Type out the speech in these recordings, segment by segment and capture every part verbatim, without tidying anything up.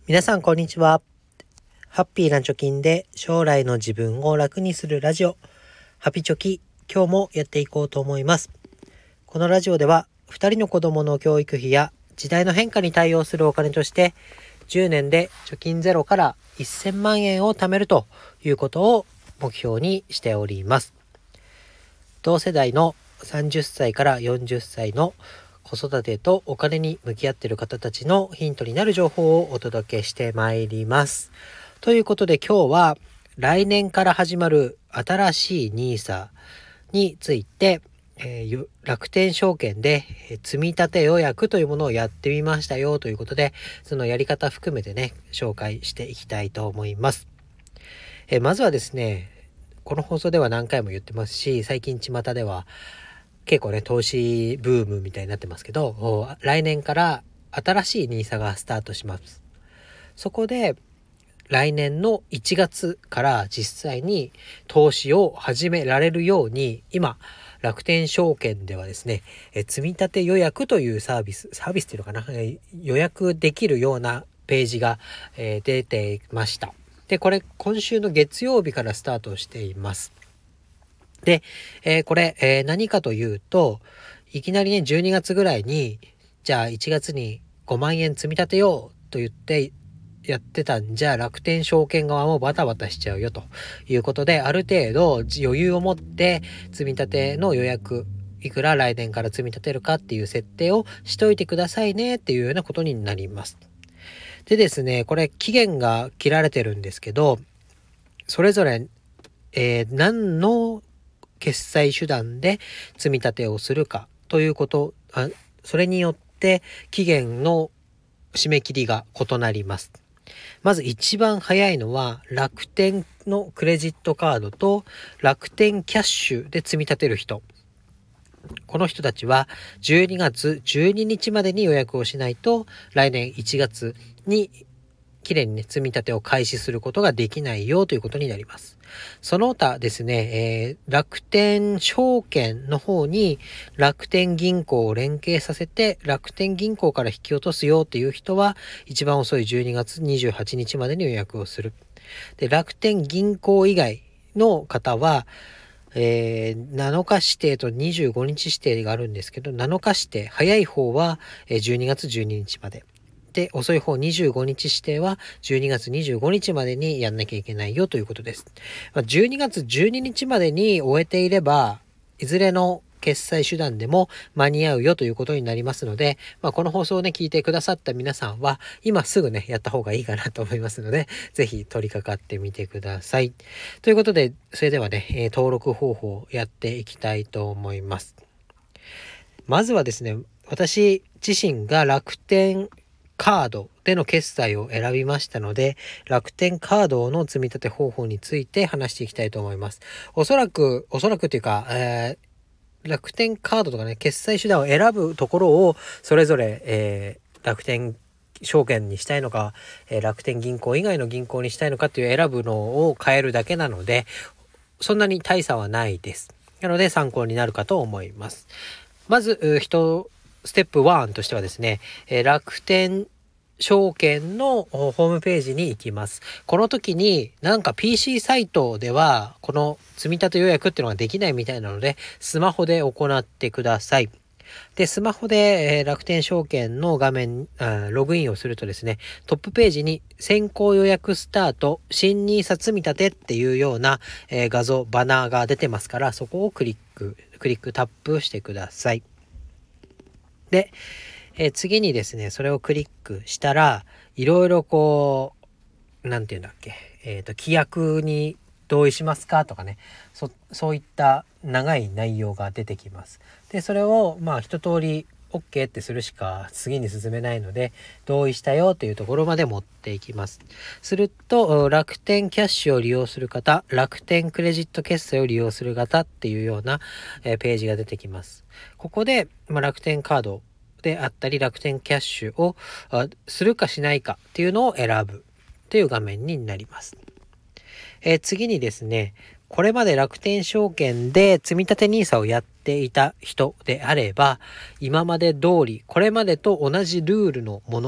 皆さんこんにちは。ハッピーな貯金で将来の自分を楽にするラジオ、ハピチョキ、今日もやっていこうと思います。このラジオではふたりの子供の教育費や時代の変化に対応するお金としてじゅうねんで貯金ゼロからせんまんえんを貯めるということを目標にしております。同世代のさんじゅっさいからよんじゅっさいの子育てとお金に向き合っている方たちのヒントになる情報をお届けしてまいります。ということで今日は来年から始まる新しい ニーサ について、えー、楽天証券で積み立て予約というものをやってみましたよということで、そのやり方含めてね紹介していきたいと思います。えー、まずはですね、この放送では何回も言ってますし、最近巷では結構ね投資ブームみたいになってますけど、来年から新しい ニーサ がスタートします。そこで来年のいちがつから実際に投資を始められるように、今楽天証券ではですね、え積み立て予約というサービスサービスっていうのかな、え予約できるようなページが、えー、出ていました。でこれ今週の月曜日からスタートしています。で、えー、これ、えー、何かというと、いきなりねじゅうにがつぐらいにじゃあいちがつにごまんえん積み立てようと言ってやってたんじゃ楽天証券側もバタバタしちゃうよということで、ある程度余裕を持って積み立ての予約いくら来年から積み立てるかっていう設定をしといてくださいねっていうようなことになります。でですね、これ期限が切られてるんですけど、それぞれ、えー、何の決済手段で積み立てをするかということ、あそれによって期限の締め切りが異なります。まず一番早いのは楽天のクレジットカードと楽天キャッシュで積み立てる人。この人たちはじゅうにがつじゅうににちまでに予約をしないと来年いちがつにきれいにね積み立てを開始することができないよということになります。その他ですね、えー、楽天証券の方に楽天銀行を連携させて楽天銀行から引き落とすよっていう人は一番遅いじゅうにがつにじゅうはちにちまでに予約をする。で、楽天銀行以外の方はえー、なのか指定とにじゅうごにち指定があるんですけど、なのか指定、早い方はじゅうにがつじゅうににちまで。で、遅い方にじゅうごにち指定はじゅうにがつにじゅうごにちまでにやんなきゃいけないよということです。まあ、じゅうにがつじゅうににちまでに終えていれば、いずれの決済手段でも間に合うよということになりますので、まあ、この放送をね聞いてくださった皆さんは今すぐねやった方がいいかなと思いますので、ぜひ取り掛かってみてください。ということで、それではね、えー、登録方法をやっていきたいと思います。まずはですね、私自身が楽天カードでの決済を選びましたので、楽天カードの積み立て方法について話していきたいと思います。おそらくおそらくというか、えー楽天カードとかね決済手段を選ぶところをそれぞれ、えー、楽天証券にしたいのか、えー、楽天銀行以外の銀行にしたいのかっていう選ぶのを変えるだけなので、そんなに大差はないです。なので参考になるかと思います。まず一ステップワンとしてはですね、えー、楽天証券のホームページに行きます。この時になんか ピーシー サイトではこの積み立て予約っていうのができないみたいなので、スマホで行ってください。で、スマホで、えー、楽天証券の画面あ、ログインをするとですね、トップページに先行予約スタート、新ニーサ積み立てっていうような、えー、画像、バナーが出てますから、そこをクリック、クリックタップしてください。で、えー、次にですね、それをクリックしたら、いろいろこう、なんていうんだっけ、えっと、規約に同意しますかとかね、そ、そういった長い内容が出てきます。で、それを、まあ、一通り OK ってするしか次に進めないので、同意したよというところまで持っていきます。すると、楽天キャッシュを利用する方、楽天クレジット決済を利用する方っていうような、えー、ページが出てきます。ここで、まあ、楽天カードであったり楽天キャッシュをするかしないかっていうのを選ぶという画面になります。えー、次にですね、これまで楽天証券で積立 ニーサ をやっていた人であれば、今まで通りこれまでと同じルールのもの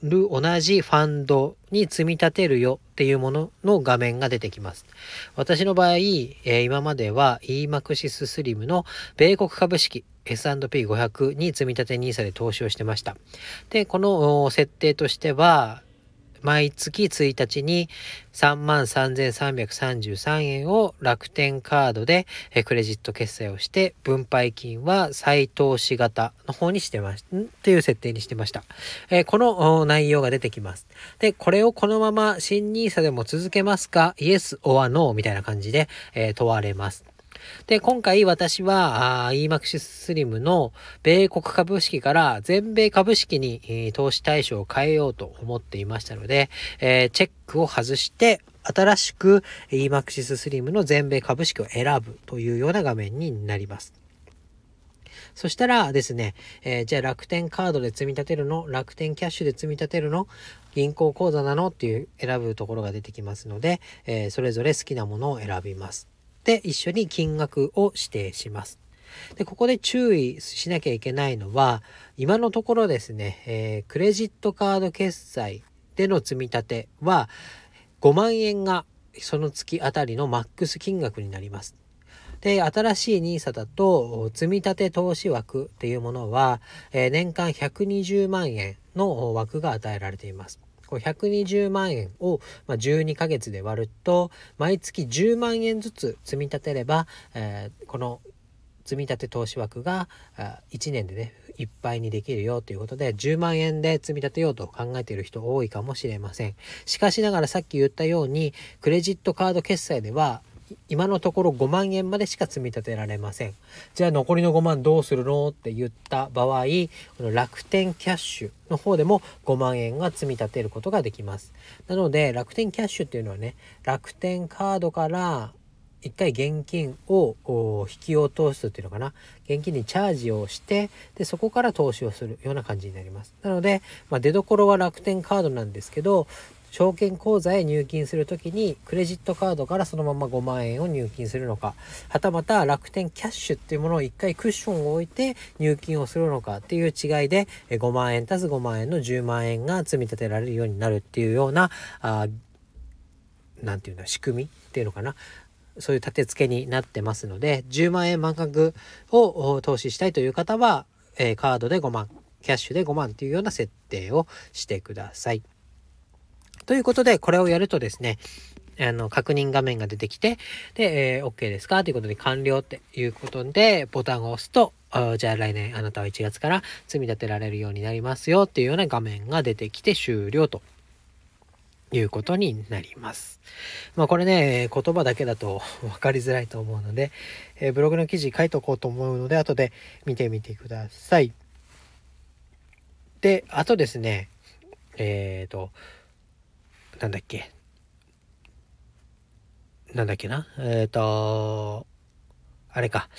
る同じファンドに積み立てるよっていうものの画面が出てきます。私の場合、えー、今までは イーマクシス スリムの米国株式 エスアンドピーごひゃく に積み立て ニーサ で投資をしてました。で、この設定としては、毎月ついたちに さんまんさんぜんさんびゃくさんじゅうさんえんを楽天カードでクレジット決済をして、分配金は再投資型の方にしてましっていう設定にしてました。えー、この内容が出てきます。で、これをこのまま新ニーサでも続けますか Yes or No みたいな感じで、えー、問われます。で、今回私は イーマクシス スリムの米国株式から全米株式に、えー、投資対象を変えようと思っていましたので、えー、チェックを外して新しく イーマクシス スリムの全米株式を選ぶというような画面になります。そしたらですね、えー、じゃあ楽天カードで積み立てるの、楽天キャッシュで積み立てるの、銀行口座なのっていう選ぶところが出てきますので、えー、それぞれ好きなものを選びます。で、一緒に金額を指定します。で、ここで注意しなきゃいけないのは、今のところですね、えー、クレジットカード決済での積み立てはごまんえんがその月あたりのマックス金額になります。で、新しいニーサだと積み立て投資枠っていうものは、えー、年間ひゃくにじゅうまんえんの枠が与えられています。ひゃくにじゅうまんえんをじゅうにかげつで割ると毎月じゅうまんえんずつ積み立てれば、えー、この積み立て投資枠がいちねんでねいっぱいにできるよということで、じゅうまんえんで積み立てようと考えている人多いかもしれません。しかしながらさっき言ったようにクレジットカード決済では今のところごまんえんまでしか積み立てられません。じゃあ残りのごまんどうするのって言った場合、この楽天キャッシュの方でもごまんえんが積み立てることができます。なので楽天キャッシュっていうのはね、楽天カードから一回現金を引き落とすっていうのかな、現金にチャージをして、でそこから投資をするような感じになります。なので、まあ、出どころは楽天カードなんですけど、証券口座へ入金するときにクレジットカードからそのままごまんえんを入金するのか、はたまた楽天キャッシュっていうものを一回クッションを置いて入金をするのかっていう違いで、ごまんえん足すごまんえんのじゅうまんえんが積み立てられるようになるっていうような、あなんていうんだ、仕組みっていうのかな、そういう立て付けになってますので、じゅうまんえん満額を投資したいという方は、えー、カードでごまん、キャッシュでごまんっていうような設定をしてください。ということで、これをやるとですね、あの確認画面が出てきて、で、えー、OK ですかということで完了っていうことでボタンを押すと、じゃあ来年あなたはいちがつから積み立てられるようになりますよっていうような画面が出てきて終了ということになります。まあこれね、言葉だけだと分かりづらいと思うので、えー、ブログの記事書いておこうと思うので後で見てみてください。で、あとですね、えっとなんだっけなんだっけなえっとあれか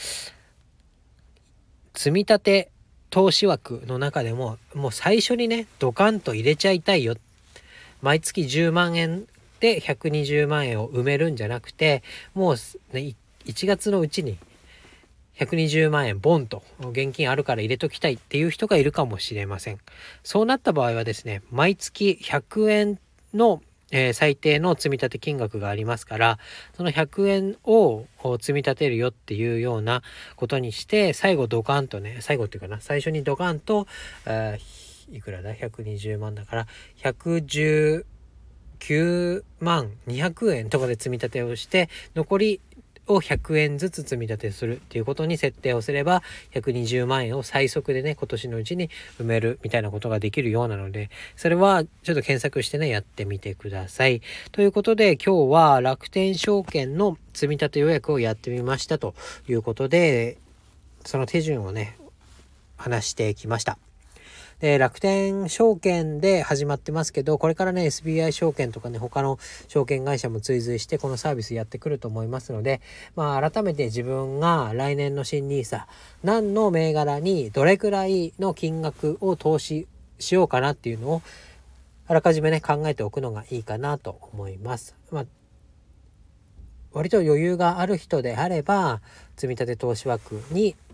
積み立て投資枠の中でももう最初にねドカンと入れちゃいたいよ、毎月じゅうまんえんでひゃくにじゅうまんえんを埋めるんじゃなくて、もう、ね、いちがつのうちにひゃくにじゅうまんえんボンと現金あるから入れときたいっていう人がいるかもしれません。そうなった場合はですね、毎月ひゃくえんのえー、最低の積み立て金額がありますから、そのひゃくえんを積み立てるよっていうようなことにして、最後ドカンとね、最後っていうかな、最初にドカンと、えー、いくらだひゃくにじゅうまんだからひゃくじゅうきゅうまんにひゃくえんとかで積み立てをして、残りをひゃくえんずつ積み立てするっていうことに設定をすれば、ひゃくにじゅうまんえんを最速でね今年のうちに埋めるみたいなことができるようなので、それはちょっと検索してねやってみてください。ということで今日は楽天証券の積み立て予約をやってみましたということで、その手順をね話してきました。で、楽天証券で始まってますけど、これからね エスビーアイ 証券とかね他の証券会社も追随してこのサービスやってくると思いますので、まあ改めて自分が来年の新ニーサ何の銘柄にどれくらいの金額を投資しようかなっていうのをあらかじめね考えておくのがいいかなと思います。まあ割と余裕がある人であれば積み立て投資枠に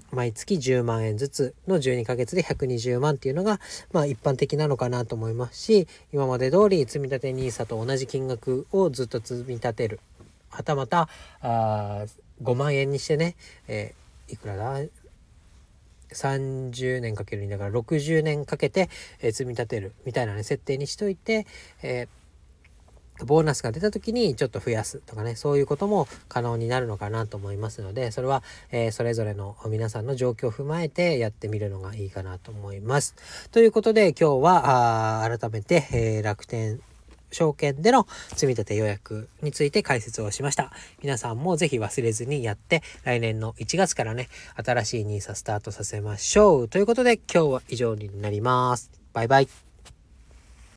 毎月じゅうまんえんずつのじゅうにかげつでひゃくにじゅうまんっていうのがまあ一般的なのかなと思いますし、今まで通り積立 ニーサ と同じ金額をずっと積み立てる、はたまたあごまんえんにしてね、えー、いくらださんじゅうねんかけるにだからろくじゅうねんかけて、えー、積み立てるみたいなね設定にしといて、えーボーナスが出た時にちょっと増やすとかね、そういうことも可能になるのかなと思いますので、それは、えー、それぞれの皆さんの状況を踏まえてやってみるのがいいかなと思います。ということで今日はあ改めて、えー、楽天証券での積み立て予約について解説をしました。皆さんもぜひ忘れずにやって、来年のいちがつからね新しいニーサスタートさせましょう。ということで今日は以上になります。バイバイ。